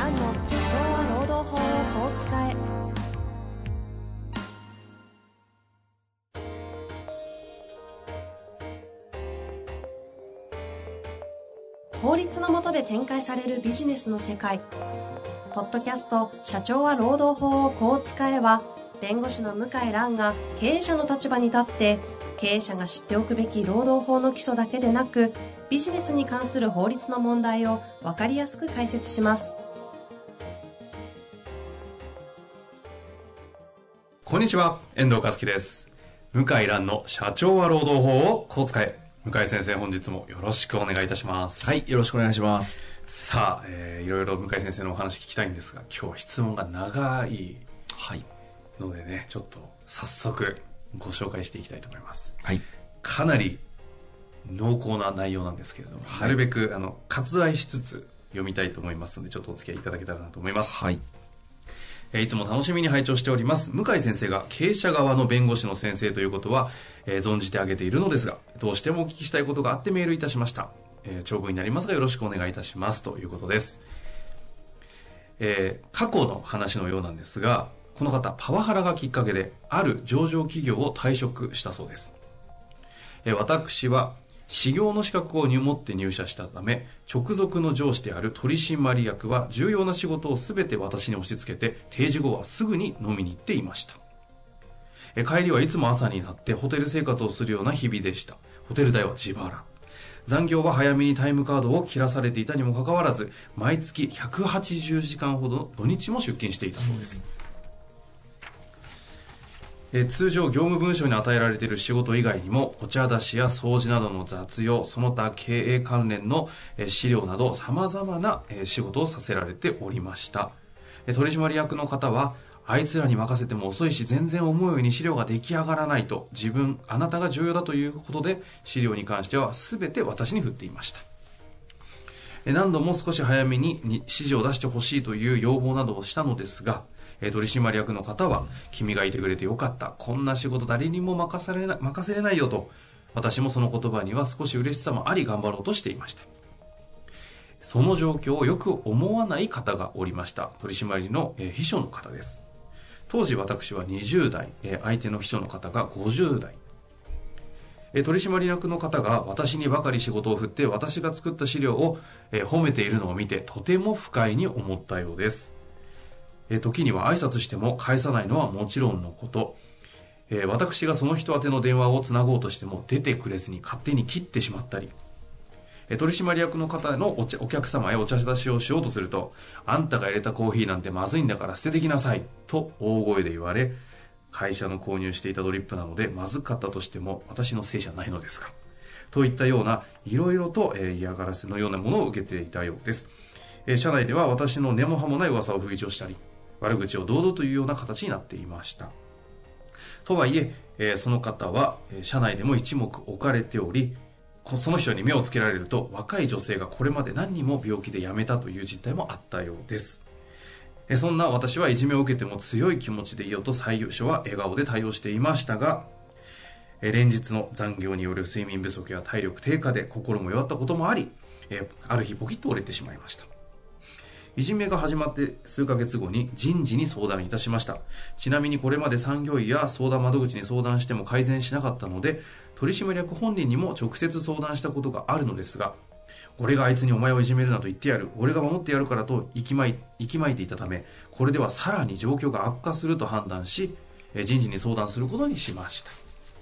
蘭の社長は労働法をこう使え。法律の下で展開されるビジネスの世界。ポッドキャスト社長は労働法をこう使えは、弁護士の向井蘭が経営者の立場に立って経営者が知っておくべき労働法の基礎だけでなく、ビジネスに関する法律の問題を分かりやすく解説します。 こんにちは、遠藤和樹です。向井蘭の社長は労働法をこう使え。向井先生、本日もよろしくお願いいたします。 はい、よろしくお願いします。 さあ、いろいろ向井先生のお話聞きたいんですが、今日は質問が長いのでね、ちょっと早速ご紹介していきたいと思います。 はい。 かなり濃厚な内容なんですけれども、なるべく割愛しつつ読みたいと思いますので、ちょっとお付き合いいただけたらなと思います。 はい。 いつも楽しみに拝聴しております。向井先生が経営者側の弁護士の先生ということは、存じてあげているのですが、どうしてもお聞きしたいことがあってメールいたしました。長文になりますがよろしくお願いいたしますということです。過去の話のようなんですが、この方パワハラがきっかけである上場企業を退職したそうです。私は始業の資格を持って入社したため、直属の上司である取締役は重要な仕事を全て私に押し付けて、定時後はすぐに飲みに行っていました。帰りはいつも朝になってホテル生活をするような日々でした。ホテル代は自腹。残業は早めにタイムカードを切らされていたにもかかわらず、毎月180時間ほどの土日も出勤していたそうです。通常業務文書に与えられている仕事以外にも、お茶出しや掃除などの雑用、その他経営関連の資料など様々な仕事をさせられておりました。取締役の方は、あいつらに任せても遅いし全然思うように資料が出来上がらないと、あなたが重要だということで資料に関しては全て私に振っていました。何度も少し早めに指示を出してほしいという要望などをしたのですが、取締役の方は、君がいてくれてよかった、こんな仕事誰にも任せれないよと、私もその言葉には少し嬉しさもあり頑張ろうとしていました。その状況をよく思わない方がおりました。取締りの秘書の方です。当時私は20代、相手の秘書の方が50代。取締役の方が私にばかり仕事を振って、私が作った資料を褒めているのを見て、とても不快に思ったようです。時には挨拶しても返さないのはもちろんのこと、私がその人宛ての電話をつなごうとしても出てくれずに勝手に切ってしまったり、取締役の方のお客様へお茶出しをしようとすると、あんたが入れたコーヒーなんてまずいんだから捨ててきなさいと大声で言われ、会社の購入していたドリップなのでまずかったとしても私のせいじゃないのですかといったようないろいろと嫌がらせのようなものを受けていたようです。社内では私の根も葉もない噂を吹聴したり、悪口を堂々というような形になっていました。とはいえ、その方は社内でも一目置かれており、その人に目をつけられると、若い女性がこれまで何人も病気で辞めたという実態もあったようです。そんな私はいじめを受けても強い気持ちでいようと最初は笑顔で対応していましたが、連日の残業による睡眠不足や体力低下で心も弱ったこともあり、ある日ポキッと折れてしまいました。いじめが始まって数ヶ月後に人事に相談いたしました。ちなみにこれまで産業医や相談窓口に相談しても改善しなかったので、取締役本人にも直接相談したことがあるのですが、俺があいつにお前をいじめるなと言ってやる、俺が守ってやるからと息巻いていたため、これではさらに状況が悪化すると判断し、人事に相談することにしました。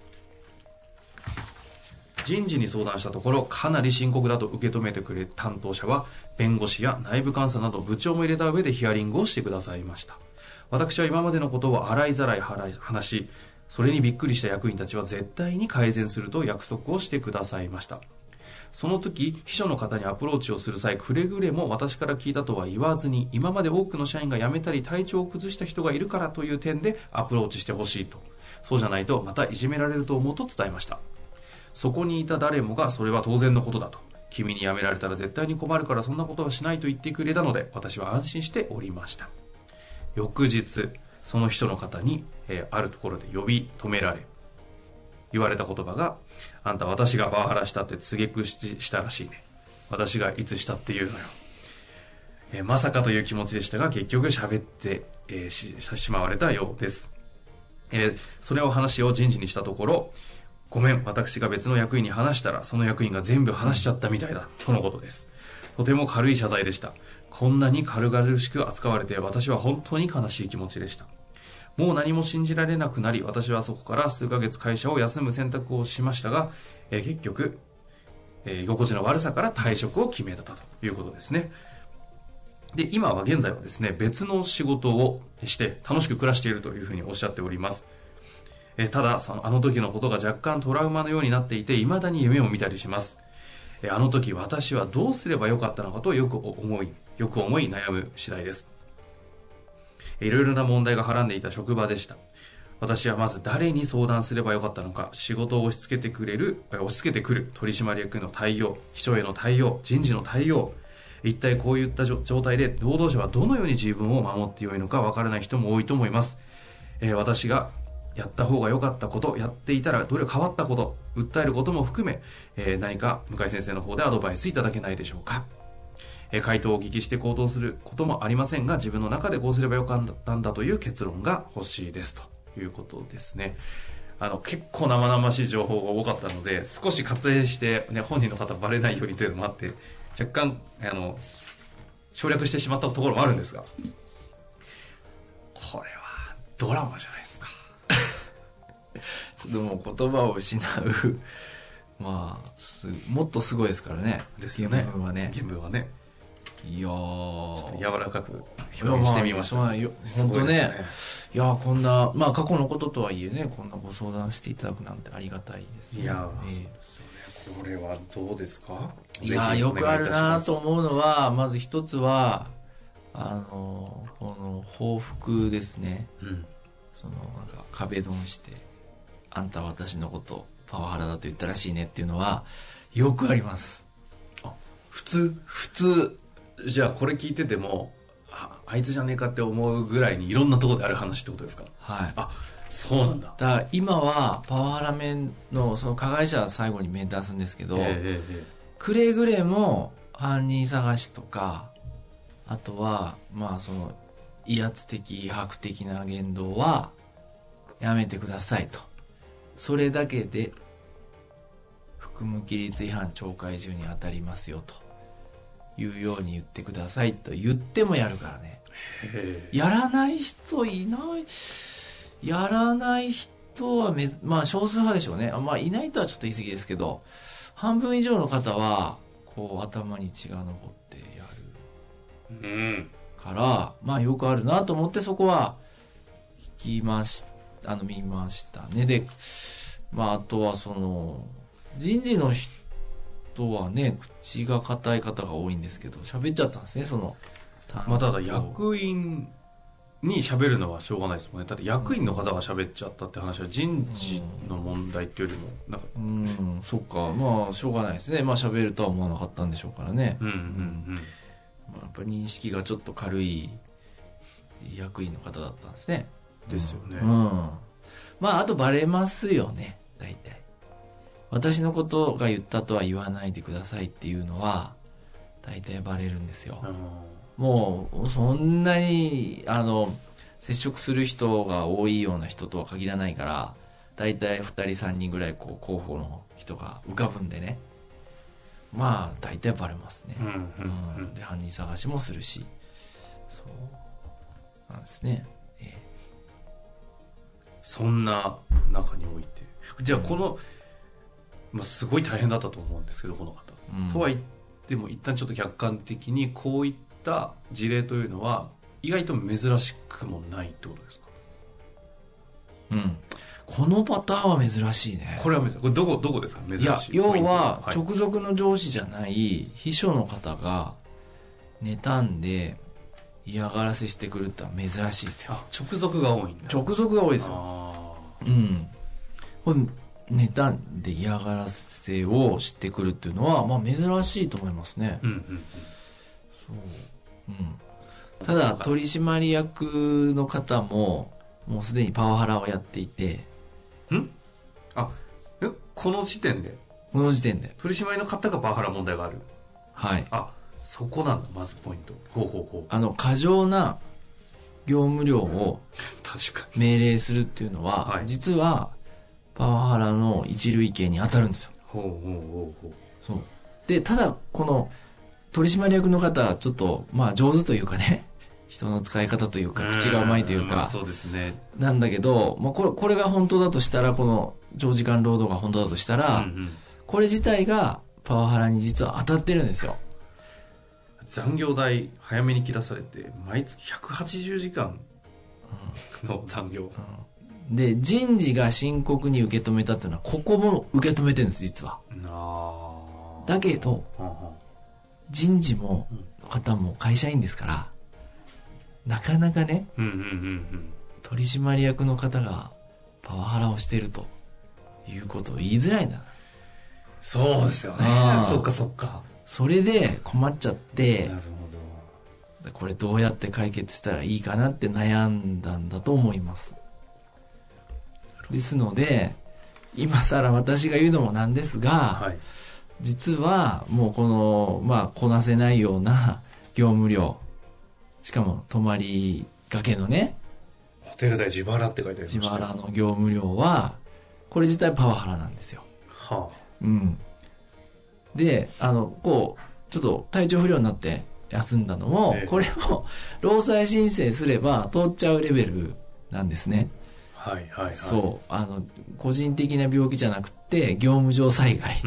人事に相談したところ、かなり深刻だと受け止めてくれ担当者は、弁護士や内部監査など部長も入れた上でヒアリングをしてくださいました。私は今までのことを洗いざらい話し、それにびっくりした役員たちは絶対に改善すると約束をしてくださいました。その時、秘書の方にアプローチをする際、くれぐれも私から聞いたとは言わずに、今まで多くの社員が辞めたり体調を崩した人がいるからという点でアプローチしてほしいと。そうじゃないとまたいじめられると思うと伝えました。そこにいた誰もがそれは当然のことだと、君に辞められたら絶対に困るからそんなことはしないと言ってくれたので、私は安心しておりました。翌日、その秘書の方に、あるところで呼び止められ、言われた言葉が、あんた私がパワハラしたって告げ口したらしいね。私がいつしたっていうのよ。 まさかという気持ちでしたが、結局喋って、しまわれたようです。それを話を人事にしたところ、ごめん、私が別の役員に話したら、その役員が全部話しちゃったみたいだ、とのことです。とても軽い謝罪でした。こんなに軽々しく扱われて、私は本当に悲しい気持ちでした。もう何も信じられなくなり、私はそこから数ヶ月会社を休む選択をしましたが、結局、居心地の悪さから退職を決めたということですね。で、今は現在はですね、別の仕事をして楽しく暮らしているというふうにおっしゃっております。ただ、あの時のことが若干トラウマのようになっていて、未だに夢を見たりします。あの時私はどうすればよかったのかとよく思い悩む次第です。いろいろな問題がはらんでいた職場でした。私はまず誰に相談すればよかったのか、仕事を押し付けてくる取締役の対応、秘書への対応、人事の対応、一体こういった状態で労働者はどのように自分を守ってよいのかわからない人も多いと思います。私がやった方が良かったこと、やっていたらどれ変わったこと、訴えることも含め、何か向井先生の方でアドバイスいただけないでしょうか。回答をお聞きして行動することもありませんが、自分の中でこうすればよかったんだという結論が欲しいですということですね。結構生々しい情報が多かったので、少し割愛して、ね、本人の方バレないようにというのもあって、若干省略してしまったところもあるんですが、これはドラマじゃないですか。 ちょっともう言葉を失うまあもっとすごいですからね。 ですよね。 原文はね。いやー、ちょっと柔らかく表現してみました。 本当ね。いやこんな、まあ過去のこととはいえね、こんなご相談していただくなんてありがたいですね。 いやそうですよね。これはどうですか？ いやよくあるなと思うのは、まず一つはこの報復ですね。そのなんか壁ドンして、あんた私のことパワハラだと言ったらしいねっていうのはよくあります。 普通じゃあこれ聞いてても あいつじゃねえかって思うぐらいにいろんなところである話ってことですか？ はい。 そうなんだ。 だから今はパワハラ面のその加害者は最後に面出すんですけど、くれぐれも犯人探しとか、あとはまあその威圧的威迫的な言動はやめてくださいと。それだけで服務規律違反懲戒10に当たりますよというように言ってくださいと言ってもやるからね。やらない人いない。やらない人はまあ少数派でしょうね。まあいないとはちょっと言い過ぎですけど、半分以上の方はこう頭に血が上ってやるから、まあよくあるなと思って、そこは見ましたね。で、まああとはその人事の人はね、口が硬い方が多いんですけど、喋っちゃったんですね、その。 まあただ役員に喋るのはしょうがないですもんね。だって役員の方が喋っちゃったって話は人事の問題っていうよりもなんか、 そっか、まあしょうがないですね。まあ喋るとは思わなかったんでしょうからね。 まあ、 やっぱ認識がちょっと軽い役員の方だったんですね。 ですよね。 まああとバレますよね、大体。私のことが言ったとは言わないでくださいっていうのは大体バレるんですよ。もうそんなに接触する人が多いような人とは限らないから、大体2人3人ぐらいこう候補の人が浮かぶんでね、まあ大体バレますね。で犯人探しもするし、そうなんですね。 そんな中において、じゃあこの、すごい大変だったと思うんですけど、この方、とは言っても一旦ちょっと客観的にこういった事例というのは意外と珍しくもないってことですか？ このパターンは珍しいね。 これは珍しい。これどこですか？珍しい。 いや、要は直属の上司じゃない秘書の方が妬んで嫌がらせしてくるってのは珍しいですよ。 直属が多いんだ。 直属が多いですよ。これ妬んで嫌がらせをしてくるっていうのは、まあ珍しいと思いますね。ただ取締役の方ももうすでにパワハラをやっていて、 この時点で取締役の方がパワハラ問題がある。 はい。 そこなんだ、まずポイント。ほうほうほう。 過剰な業務量を確か命令するっていうのは、 はい、 実はパワハラの一類型に当たるんですよ。 ほうほうほうほう。 そうで、ただこの取締役の方ちょっと上手というかね、人の使い方というか口がうまいというか、 そうですね。 なんだけど、これが本当だとしたら、この長時間労働が本当だとしたら、これ自体がパワハラに実は当たってるんですよ。 残業代早めに切らされて毎月180時間の残業、 で人事が深刻に受け止めたっていうのはここも受け止めてるんです、実は。だけど、人事も方も会社員ですから、なかなかね、取締役の方がパワハラをしているということを言いづらいな。 そうですよね。そっかそっか。 それで困っちゃって、 なるほど。 これどうやって解決したらいいかなって悩んだんだと思います。ですので、今更私が言うのもなんですが、はい、実はもうこの、こなせないような業務量、しかも泊まりがけのね、 ホテル代自腹って書いてありました。 自腹の業務量は、これ自体パワハラなんですよ。 はあ。 うん。で、ちょっと体調不良になって休んだのも、これも、労災申請すれば通っちゃうレベルなんですね。 はいはいはい。 そう。個人的な病気じゃなくて、業務上災害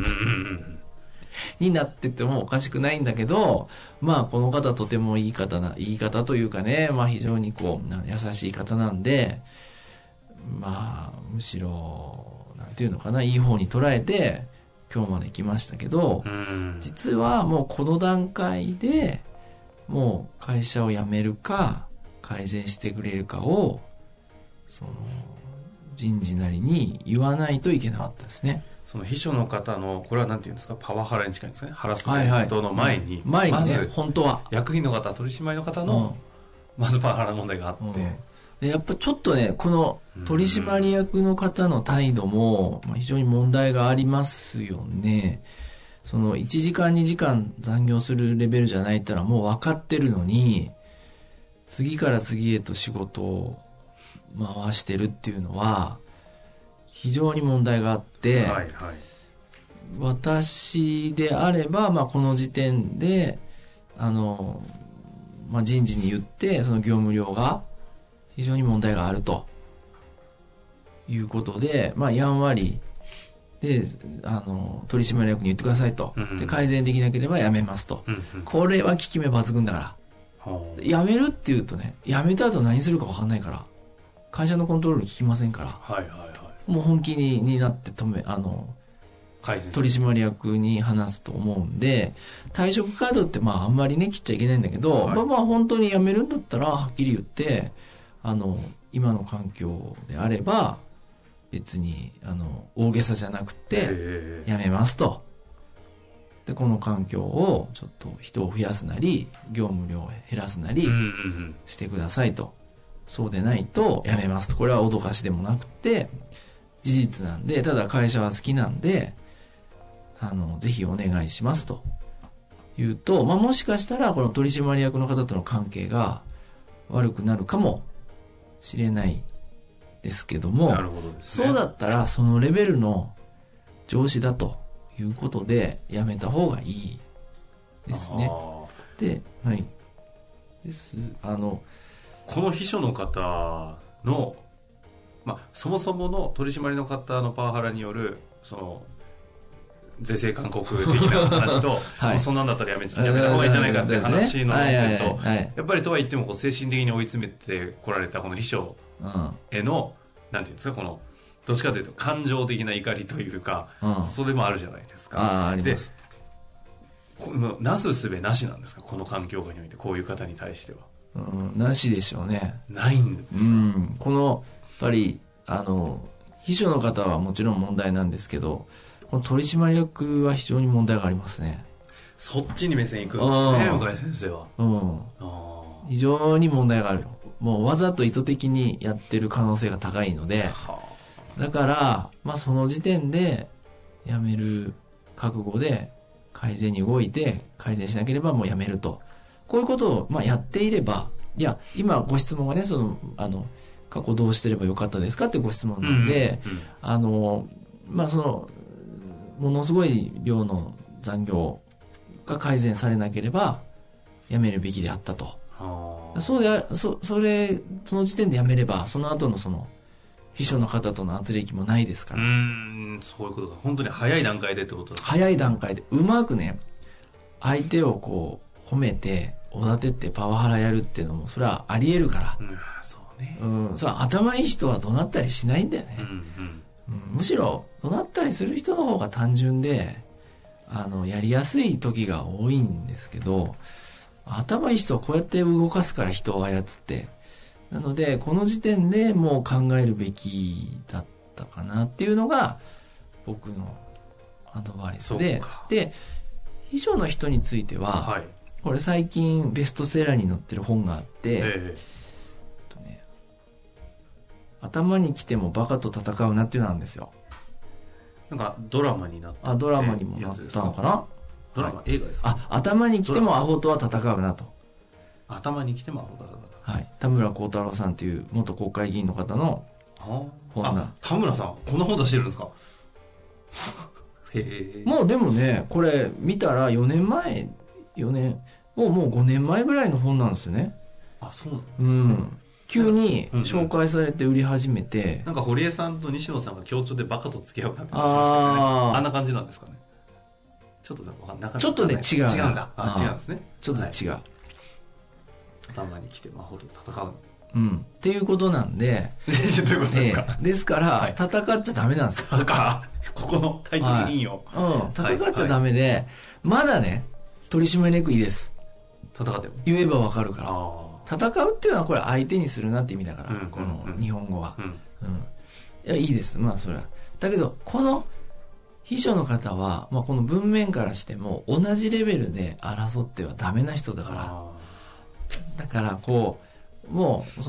になっててもおかしくないんだけど、この方とても言い方というかね、非常に優しい方なんで、むしろ、なんていうのかな、いい方に捉えて、今日まで来ましたけど、実はもうこの段階でもう会社を辞めるか改善してくれるかを人事なりに言わないといけなかったですね。 その秘書の方のこれはなんていうんですか、パワハラに近いんですかね、ハラスメントの前に、 まず本当は役員の方、取締の方の、まずパワハラ問題があって、 でやっぱちょっとね、この取締役の方の態度も非常に問題がありますよね。1時間2時間残業するレベルじゃないってのはもう分かってるのに、次から次へと仕事を回してるっていうのは非常に問題があって、私であれば、この時点で人事に言って、その業務量が非常に問題があるということで、やんわりで取締役に言ってくださいと、で改善できなければやめますと、これは効き目抜群だから、やめるっていうとね、やめた後何するか分かんないから、会社のコントロール効きませんから、もう本気になって取締役に話すと思うんで、退職カードってあんまりね切っちゃいけないんだけど、本当に辞めるんだったらはっきり言って、今の環境であれば別に大げさじゃなくて辞めますと、でこの環境をちょっと人を増やすなり業務量を減らすなりしてくださいと、そうでないと辞めますと、これは脅かしでもなくて事実なんで、ただ会社は好きなんでぜひお願いしますと言うと、もしかしたらこの取締役の方との関係が悪くなるかもしれないですけども、 なるほどですね、 そうだったらそのレベルの上司だということでやめた方がいいですね。で、ですこの秘書の方の、そもそもの取締りの方のパワハラによる税制勧告的な話と、そんなんだったらやめた方がいいんじゃないかっていう話の面と、やっぱりとは言っても精神的に追い詰めてこられたこの秘書への、なんていうんですか、どっちかというと感情的な怒りというか、それもあるじゃないですか。 あります。 なすすべなしなんですか、この環境下において、こういう方に対しては。 なしでしょうね。 ないんですか。 このやっぱり秘書の方はもちろん問題なんですけど、この取締役は非常に問題がありますね。 そっちに目線いくんですね、向井先生は。 非常に問題があるよ。もうわざと意図的にやってる可能性が高いので、だからその時点で辞める覚悟で改善に動いて、改善しなければもうやめると。こういうことを、やっていれば、いや、今ご質問がね、過去どうしてればよかったですかっていうご質問なんで、ものすごい量の残業が改善されなければ、やめるべきであったと。その時点でやめれば、その後の秘書の方との圧力もないですから。 そういうことか。本当に早い段階でってことですか。 早い段階で、うまくね、相手を褒めて、おだてってパワハラやるっていうのも、それはあり得るから。 そうね。 それは頭いい人は怒鳴ったりしないんだよね。むしろ、怒鳴ったりする人の方が単純で、やりやすい時が多いんですけど、頭いい人はこうやって動かすから人を操って。なので、この時点でもう考えるべきだったかなっていうのが、僕のアドバイスで、秘書の人については、これ最近ベストセラーに載ってる本があって、頭に来てもバカと戦うなっていうのなんですよ。 なんかドラマになった。 ドラマにもなったのかな。 ドラマ、映画ですか。 頭に来てもアホとは戦うなと。 頭に来てもアホとは戦う。 はい。田村光太郎さんという元国会議員の方の本が。 田村さん、こんな本出してるんですか。 もうでもね、これ見たら4年、もう5年前ぐらいの本なんですよね。 そうなんですね。 急に紹介されて売り始めて。 なんか堀江さんと西野さんが協調でバカと付き合うなんて話しましたよね。あんな感じなんですかね。ちょっとね、違う。違うんだ。違うんですね。 ちょっと違う。 頭に来て魔法と戦う。 っていうことなんで。 どういうことですか。 ですから、戦っちゃダメなんですよ。 ここのタイトルいいよ。 戦っちゃダメで、まだね、取締役いいです。 戦っても。 言えばわかるから。戦うっていうのはこれ相手にするなって意味だから、この日本語は。いや、いいです。それは。だけど、この秘書の方は、この文面からしても同じレベルで争ってはダメな人だから。だから、もう、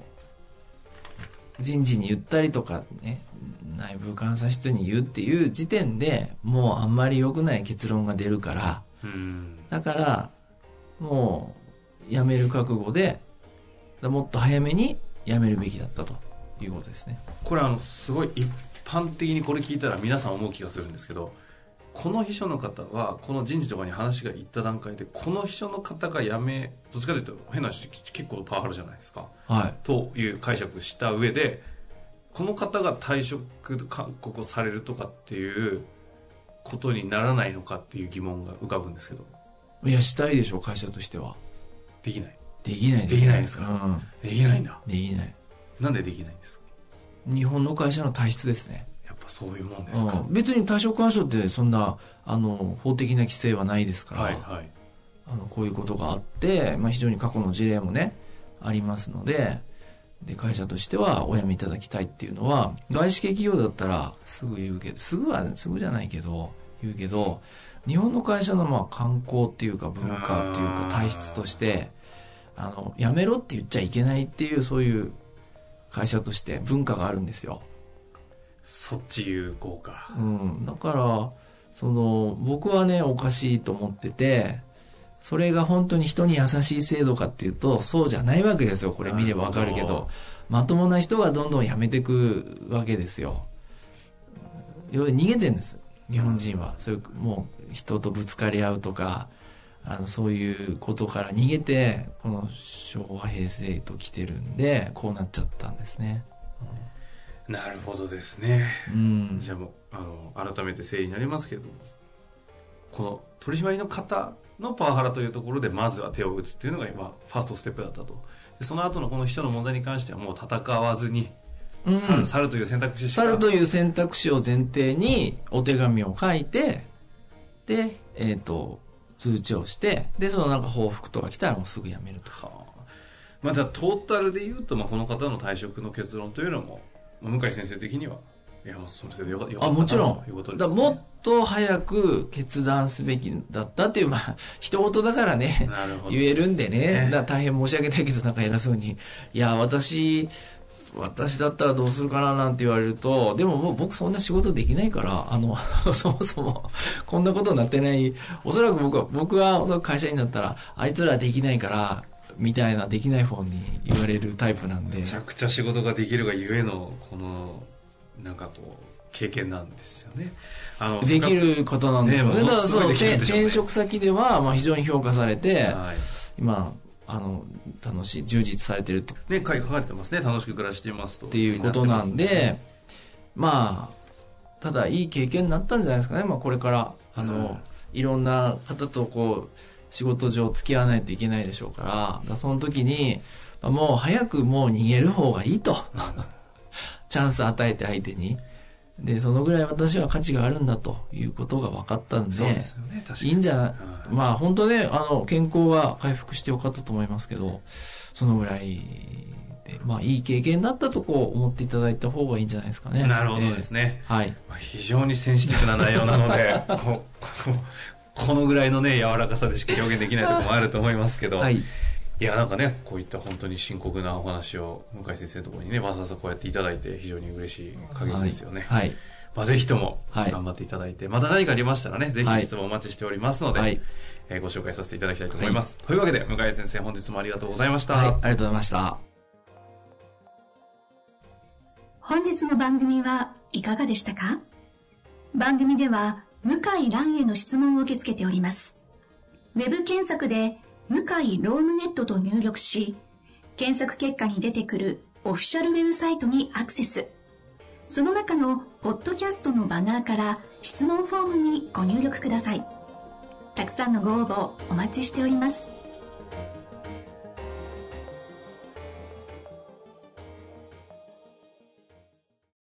人事に言ったりとかね、内部監査室に言うっていう時点でもうあんまり良くない結論が出るから、だから、もう、辞める覚悟で、もっと早めに辞めるべきだったということですね。 これすごい一般的にこれ聞いたら皆さん思う気がするんですけど、この秘書の方はこの人事とかに話がいった段階でこの秘書の方がどっちかというと変な話結構パワハラじゃないですか、という解釈した上でこの方が退職勧告をされるとかっていうことにならないのかっていう疑問が浮かぶんですけど。 いや、したいでしょ、会社としては。 できない。 できないですか。できないんだ。 できない。 なんでできないんですか。 日本の会社の体質ですね。 やっぱそういうもんですか。 別に退職勧奨ってそんな法的な規制はないですから、こういうことがあって、非常に過去の事例もねありますので、会社としてはお辞めいただきたいっていうのは、外資系企業だったらすぐ言うけど、すぐじゃないけど言うけど、日本の会社の観光っていうか文化っていうか体質として、辞めろって言っちゃいけないっていう、そういう会社として文化があるんですよ。 そっち有効か。 だから僕はね、おかしいと思ってて、それが本当に人に優しい制度かっていうとそうじゃないわけですよ。これ見ればわかるけど、まともな人がどんどん辞めていくわけですよ。要は逃げてるんです、日本人は。そういうもう人とぶつかり合うとか、そういうことから逃げてこの昭和平成と来てるんで、こうなっちゃったんですね。 なるほどですね。じゃあもう改めて整理になりますけど、この取締りの方のパワハラというところでまずは手を打つっていうのが今ファーストステップだったと。でその後のこの秘書の問題に関してはもう戦わずに、去るという選択肢しか、 去るという選択肢を前提にお手紙を書いて、で通知をして、でそのなんか報復とか来たらもうすぐ辞めると。 じゃあトータルで言うと、この方の退職の結論というのも向井先生的には、いやもうそれでよかったもちろんということです、 だもっと早く決断すべきだったっていう、一言だからね、言えるんでね。だ大変申し訳ないけど、なんか偉そうに、いや私私だったらどうするかななんて言われると、でももう僕そんな仕事できないから、そもそもこんなことになってない、おそらく僕はその会社員だったら、あいつらできないから、みたいなできない方に言われるタイプなんで。 めちゃくちゃ仕事ができるがゆえの、この、なんかこう、経験なんですよね。 できる方なんですよね。だからその転職先では、まあ非常に評価されて、はい、今、楽しい、充実されてると。 ね、書かれてますね。楽しく暮らしていますと。 っていうことなんで、まあ、ただいい経験になったんじゃないですかね。まあこれから、いろんな方とこう、仕事上付き合わないといけないでしょうから、その時に、もう早くもう逃げる方がいいと。チャンス与えて相手に。で、そのぐらい私は価値があるんだということが分かったんで、 そうですよね、確かに。 いいんじゃない、まあ本当ね、健康は回復してよかったと思いますけど、そのぐらいで、まあいい経験だったとこう思っていただいた方がいいんじゃないですかね。 なるほどですね。 はい。 非常にセンシティブな内容なので、このぐらいのね、柔らかさでしか表現できないところもあると思いますけど、はい。いや、なんかね、こういった本当に深刻なお話を向井先生のところにね、わざわざこうやっていただいて非常に嬉しい限りですよね。 はい。 まあ、ぜひとも頑張っていただいて、また何かありましたらね、ぜひ質問お待ちしておりますので、はい、ご紹介させていただきたいと思います。はい、というわけで、向井先生、本日もありがとうございました。 はい、ありがとうございました。 本日の番組はいかがでしたか？番組では、向井蘭への質問を受け付けております。ウェブ検索で、向井ロームネットと入力し、検索結果に出てくるオフィシャルウェブサイトにアクセス。その中のポッドキャストのバナーから質問フォームにご入力ください。たくさんのご応募お待ちしております。